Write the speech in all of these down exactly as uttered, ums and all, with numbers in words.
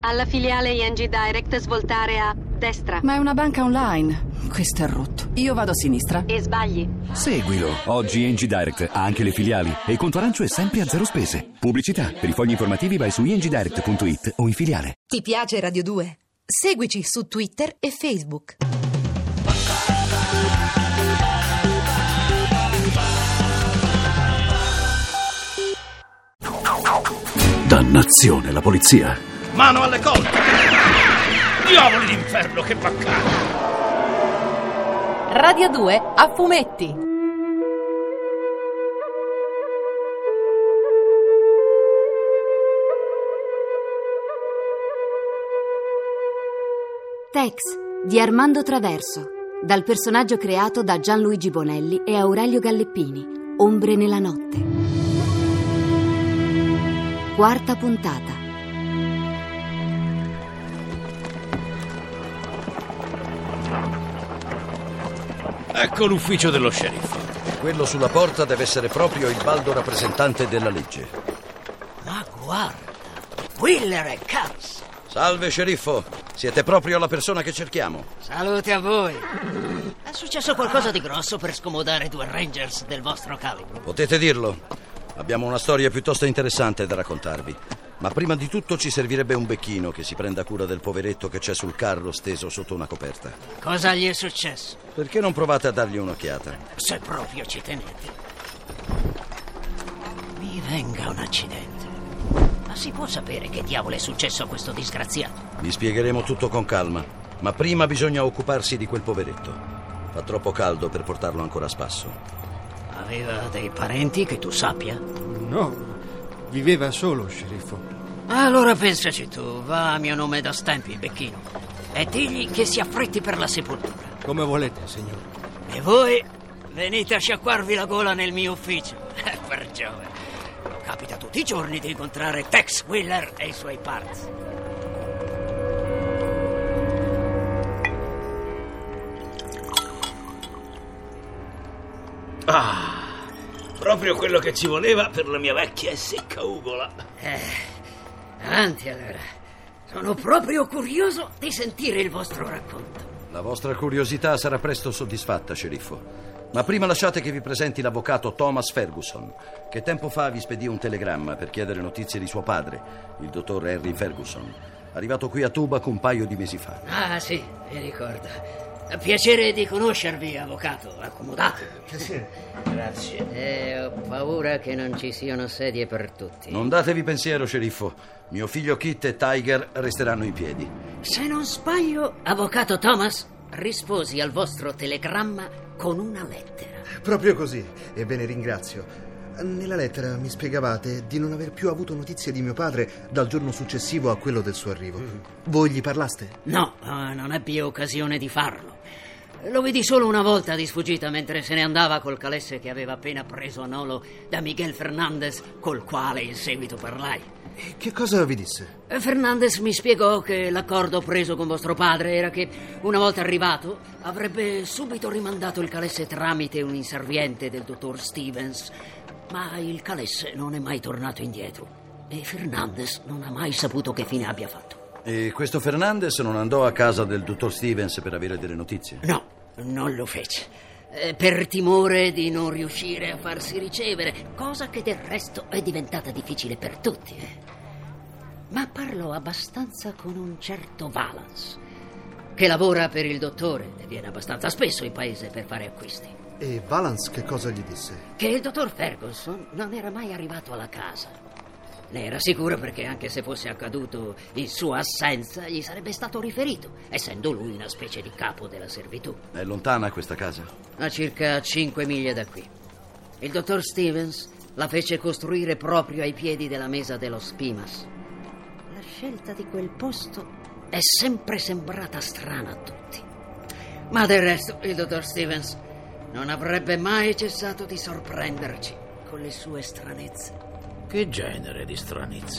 Alla filiale I N G Direct svoltare a destra. Ma è una banca online. Questo è rotto. Io vado a sinistra. E sbagli. Seguilo. Oggi I N G Direct ha anche le filiali e il conto arancio è sempre a zero spese. Pubblicità. Per i fogli informativi vai su i n g direct punto i t o in filiale. Ti piace Radio due? Seguici su Twitter e Facebook. Dannazione, la polizia! Mano alle colte! Diavoli d'inferno, che baccano! Radio due a fumetti. Tex di Armando Traverso, dal personaggio creato da Gianluigi Bonelli e Aurelio Galleppini. Ombre nella notte. Quarta puntata. Ecco l'ufficio dello sceriffo. Quello sulla porta deve essere proprio il baldo rappresentante della legge. Ma guarda, Wheeler e Katz. Salve, sceriffo. Siete proprio la persona che cerchiamo. Salute a voi. È successo qualcosa di grosso per scomodare due Rangers del vostro calibro? Potete dirlo. Abbiamo una storia piuttosto interessante da raccontarvi. Ma prima di tutto ci servirebbe un becchino che si prenda cura del poveretto che c'è sul carro steso sotto una coperta. Cosa gli è successo? Perché non provate a dargli un'occhiata? Se proprio ci tenete. Mi venga un accidente. Ma si può sapere che diavolo è successo a questo disgraziato? Vi spiegheremo tutto con calma. Ma prima bisogna occuparsi di quel poveretto. Fa troppo caldo per portarlo ancora a spasso. Aveva dei parenti che tu sappia? No, viveva solo, sceriffo. Allora pensaci tu, va a mio nome da stampi, becchino, e digli che si affretti per la sepoltura. Come volete, signore. E voi venite a sciacquarvi la gola nel mio ufficio. Per Giove, capita tutti i giorni di incontrare Tex Wheeler e i suoi parts. Ah, proprio quello che ci voleva per la mia vecchia e secca ugola. Eh, avanti allora. Sono proprio curioso di sentire il vostro racconto. La vostra curiosità sarà presto soddisfatta, sceriffo. Ma prima lasciate che vi presenti l'avvocato Thomas Ferguson, che tempo fa vi spedì un telegramma per chiedere notizie di suo padre, il dottor Henry Ferguson, arrivato qui a Tubac un paio di mesi fa. Ah, sì, mi ricordo. Piacere di conoscervi, avvocato. Accomodatevi. Piacere. Grazie. Eh, ho paura che non ci siano sedie per tutti. Non datevi pensiero, sceriffo. Mio figlio Kit e Tiger resteranno in piedi. Se non sbaglio, avvocato Thomas, risposi al vostro telegramma con una lettera. Proprio così, e ve ne ringrazio. Nella lettera mi spiegavate di non aver più avuto notizie di mio padre dal giorno successivo a quello del suo arrivo. Voi gli parlaste? No, non ebbi occasione di farlo. Lo vidi solo una volta di sfuggita mentre se ne andava col calesse che aveva appena preso a nolo da Miguel Fernandez, col quale in seguito parlai. E che cosa vi disse? Fernandez mi spiegò che l'accordo preso con vostro padre era che, una volta arrivato, avrebbe subito rimandato il calesse tramite un inserviente del dottor Stevens, ma il calesse non è mai tornato indietro e Fernandez non ha mai saputo che fine abbia fatto. E questo Fernandez non andò a casa del dottor Stevens per avere delle notizie? No, non lo fece. Eh, per timore di non riuscire a farsi ricevere, cosa che del resto è diventata difficile per tutti. Eh. Ma parlò abbastanza con un certo Valance, che lavora per il dottore e viene abbastanza spesso in paese per fare acquisti. E Valance che cosa gli disse? Che il dottor Ferguson non era mai arrivato alla casa. Ne era sicuro perché anche se fosse accaduto in sua assenza gli sarebbe stato riferito, essendo lui una specie di capo della servitù. È lontana questa casa? A circa cinque miglia da qui. Il dottor Stevens la fece costruire proprio ai piedi della mesa dello Spimas. La scelta di quel posto è sempre sembrata strana a tutti. Ma del resto il dottor Stevens non avrebbe mai cessato di sorprenderci con le sue stranezze. Che genere di stranezze?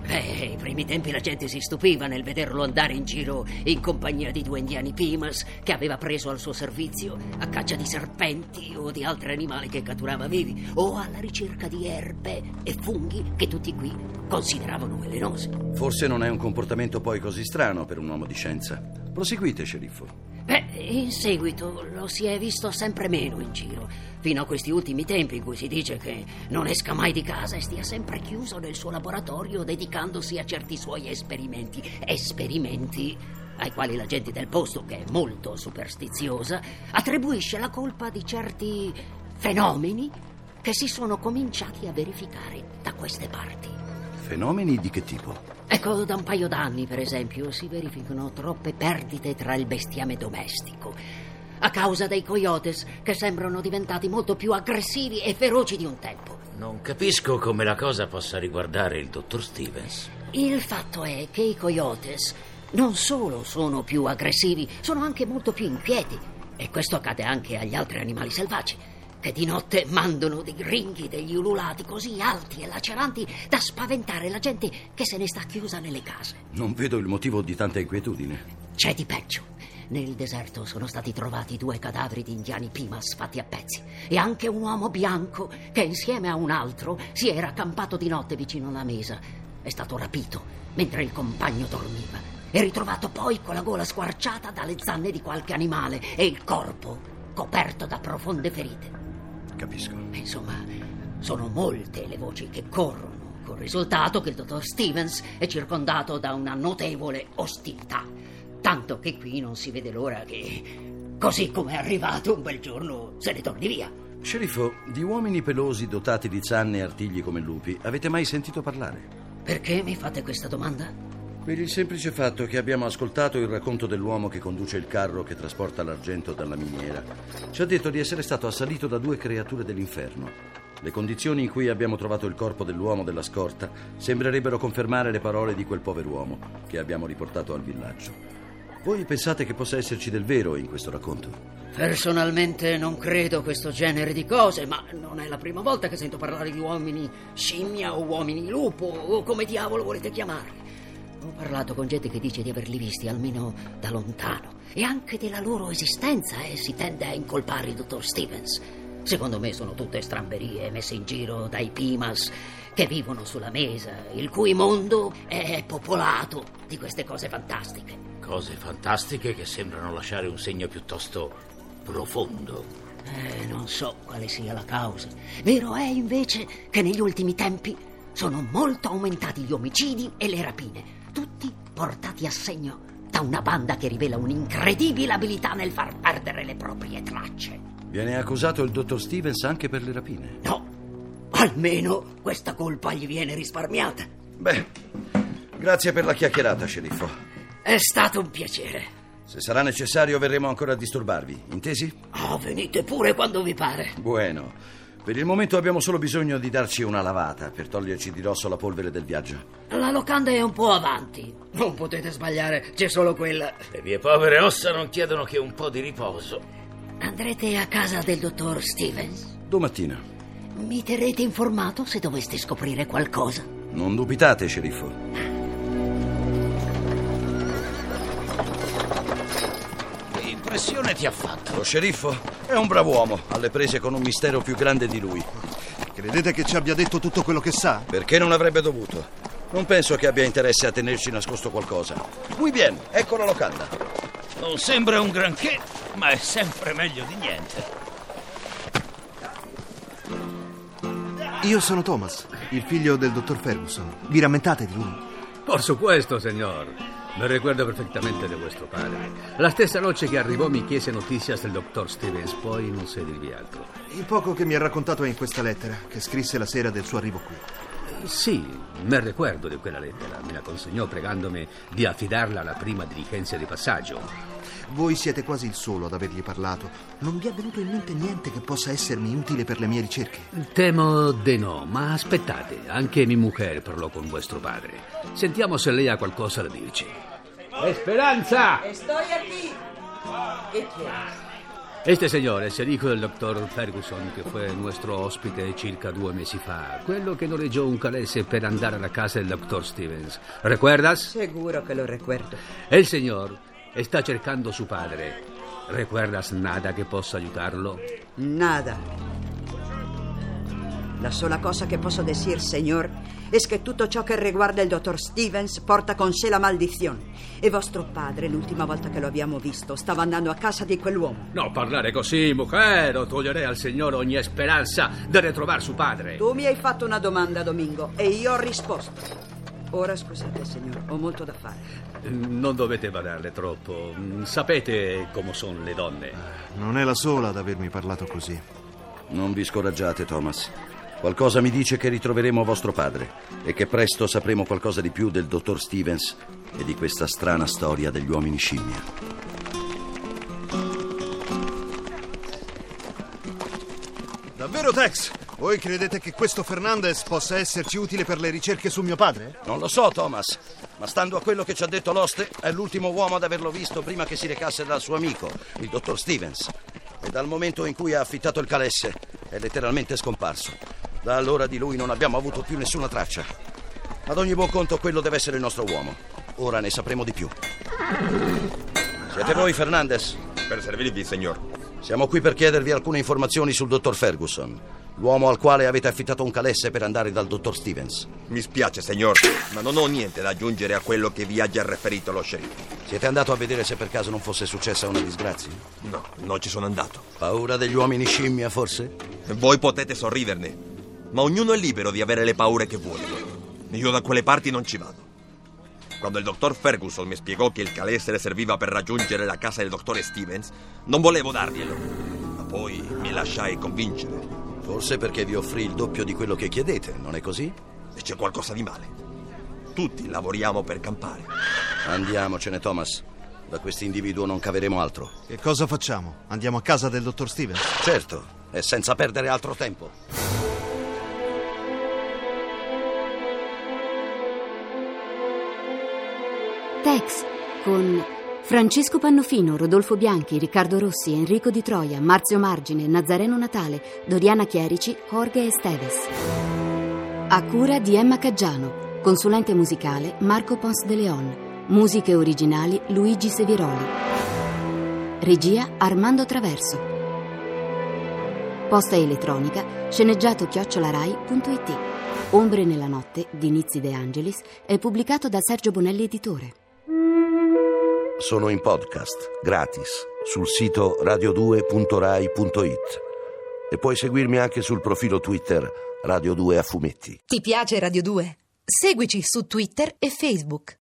Beh, ai primi tempi la gente si stupiva nel vederlo andare in giro in compagnia di due indiani Pimas che aveva preso al suo servizio a caccia di serpenti o di altri animali che catturava vivi, o alla ricerca di erbe e funghi che tutti qui consideravano velenosi. Forse non è un comportamento poi così strano per un uomo di scienza. Proseguite, sceriffo. Beh, in seguito lo si è visto sempre meno in giro, fino a questi ultimi tempi in cui si dice che non esca mai di casa e stia sempre chiuso nel suo laboratorio dedicandosi a certi suoi esperimenti. Esperimenti ai quali la gente del posto, che è molto superstiziosa, attribuisce la colpa di certi fenomeni che si sono cominciati a verificare da queste parti. Fenomeni di che tipo? Ecco, da un paio d'anni, per esempio, si verificano troppe perdite tra il bestiame domestico, a causa dei coyotes che sembrano diventati molto più aggressivi e feroci di un tempo. Non capisco come la cosa possa riguardare il dottor Stevens. Il fatto è che i coyotes non solo sono più aggressivi, sono anche molto più inquieti. E questo accade anche agli altri animali selvaggi, che di notte mandano dei ringhi, degli ululati così alti e laceranti da spaventare la gente che se ne sta chiusa nelle case. Non vedo il motivo di tanta inquietudine. C'è di peggio. Nel deserto sono stati trovati due cadaveri di indiani Pimas fatti a pezzi e anche un uomo bianco che insieme a un altro si era accampato di notte vicino alla mesa. È stato rapito mentre il compagno dormiva e ritrovato poi con la gola squarciata dalle zanne di qualche animale e il corpo coperto da profonde ferite. Capisco. Insomma, sono molte le voci che corrono, col risultato che il dottor Stevens è circondato da una notevole ostilità, tanto che qui non si vede l'ora che, così come è arrivato, un bel giorno se ne torni via. Sceriffo, di uomini pelosi dotati di zanne e artigli come lupi avete mai sentito parlare? Perché mi fate questa domanda? Per il semplice fatto che abbiamo ascoltato il racconto dell'uomo che conduce il carro che trasporta l'argento dalla miniera. Ci ha detto di essere stato assalito da due creature dell'inferno. Le condizioni in cui abbiamo trovato il corpo dell'uomo della scorta sembrerebbero confermare le parole di quel pover'uomo che abbiamo riportato al villaggio. Voi pensate che possa esserci del vero in questo racconto? Personalmente non credo a questo genere di cose, ma non è la prima volta che sento parlare di uomini scimmia o uomini lupo o come diavolo volete chiamarli. Ho parlato con gente che dice di averli visti almeno da lontano e anche della loro esistenza e si tende a incolpare il dottor Stevens. Secondo me sono tutte stramberie messe in giro dai Pimas che vivono sulla mesa, il cui mondo è popolato di queste cose fantastiche. Cose fantastiche che sembrano lasciare un segno piuttosto profondo. Eh, non so quale sia la causa. Vero è invece che negli ultimi tempi sono molto aumentati gli omicidi e le rapine, tutti portati a segno da una banda che rivela un'incredibile abilità nel far perdere le proprie tracce. Viene accusato il dottor Stevens anche per le rapine? No, almeno questa colpa gli viene risparmiata. Beh, grazie per la chiacchierata, sceriffo. È stato un piacere. Se sarà necessario verremo ancora a disturbarvi, intesi? Oh, venite pure quando vi pare. Bueno. Per il momento abbiamo solo bisogno di darci una lavata per toglierci di dosso la polvere del viaggio. La locanda è un po' avanti. Non potete sbagliare, c'è solo quella. Le mie povere ossa non chiedono che un po' di riposo. Andrete a casa del dottor Stevens? Domattina. Mi terrete informato se doveste scoprire qualcosa? Non dubitate, sceriffo. Che impressione ti ha fatto? Lo sceriffo è un brav'uomo, alle prese con un mistero più grande di lui. Credete che ci abbia detto tutto quello che sa? Perché non avrebbe dovuto? Non penso che abbia interesse a tenerci nascosto qualcosa. Muy bien, ecco la locanda. Non sembra un granché, ma è sempre meglio di niente. Io sono Thomas, il figlio del dottor Ferguson. Vi rammentate di lui? Por supuesto, signor. Me recuerdo perfectamente de vuestro padre. La stessa noche che arrivò mi chiese noticias del dottor Stevens, poi non sé dirvi altro. Il poco che mi ha raccontato è in questa lettera, che scrisse la sera del suo arrivo qui. Sì, me recuerdo di quella lettera. Me la consegnò pregandomi di affidarla alla prima diligenza di passaggio. Voi siete quasi il solo ad avergli parlato. Non vi è venuto in mente niente che possa essermi utile per le mie ricerche? Temo di no, ma aspettate. Anche mia mujer parlò con vostro padre. Sentiamo se lei ha qualcosa da dirci. Esperanza! Estoy aquí. ¿Qué quieres? Este señor es el hijo del doctor Ferguson, che fue nuestro ospite circa due mesi fa. Quello che noleggiò un calesse per andare alla casa del doctor Stevens. ¿Recuerdas? Seguro que lo recuerdo. El señor está cercando su padre. ¿Recuerdas nada que possa aiutarlo? Nada. La sola cosa che posso decir, señor, es que tutto ciò che riguarda il dottor Stevens porta con sé la maldizione. E vostro padre, l'ultima volta che lo abbiamo visto, stava andando a casa di quell'uomo. No parlare così, mujer, o toglierei al signor ogni speranza di ritrovare suo padre. Tu mi hai fatto una domanda, Domingo, e io ho risposto. Ora scusate, signor, ho molto da fare. Non dovete badarle troppo. Sapete come sono le donne. Non è la sola ad avermi parlato così. Non vi scoraggiate, Thomas. Qualcosa mi dice che ritroveremo vostro padre e che presto sapremo qualcosa di più del dottor Stevens e di questa strana storia degli uomini scimmia. Davvero, Tex? Voi credete che questo Fernandez possa esserci utile per le ricerche su mio padre? Non lo so, Thomas, ma stando a quello che ci ha detto l'oste, è l'ultimo uomo ad averlo visto prima che si recasse dal suo amico, il dottor Stevens. E dal momento in cui ha affittato il calesse è letteralmente scomparso. Da allora di lui non abbiamo avuto più nessuna traccia. Ad ogni buon conto quello deve essere il nostro uomo. Ora ne sapremo di più. Siete voi, Fernandez? Per servirvi, signor. Siamo qui per chiedervi alcune informazioni sul dottor Ferguson, l'uomo al quale avete affittato un calesse per andare dal dottor Stevens. Mi spiace, signor, ma non ho niente da aggiungere a quello che vi ha già riferito lo sceriffo. Siete andato a vedere se per caso non fosse successa una disgrazia? No, non ci sono andato. Paura degli uomini scimmia, forse? Voi potete sorriderne, ma ognuno è libero di avere le paure che vuole. Io da quelle parti non ci vado. Quando il dottor Ferguson mi spiegò che il calesse le serviva per raggiungere la casa del dottore Stevens, non volevo darglielo, ma poi mi lasciai convincere. Forse perché vi offrì il doppio di quello che chiedete, non è così? E c'è qualcosa di male. Tutti lavoriamo per campare. Andiamocene, Thomas. Da questo individuo non caveremo altro. Che cosa facciamo? Andiamo a casa del dottor Stevens? Certo, e senza perdere altro tempo. Tex, con Francesco Pannofino, Rodolfo Bianchi, Riccardo Rossi, Enrico Di Troia, Marzio Margine, Nazareno Natale, Doriana Chierici, Jorge Esteves. A cura di Emma Caggiano, consulente musicale Marco Pons de Leon, musiche originali Luigi Seviroli, regia Armando Traverso, posta elettronica sceneggiato chiocciolarai punto it. Ombre nella notte di Nizzi De Angelis è pubblicato da Sergio Bonelli Editore. Sono in podcast, gratis, sul sito radio due punto rai punto it e puoi seguirmi anche sul profilo Twitter Radio due a fumetti. Ti piace Radio due? Seguici su Twitter e Facebook.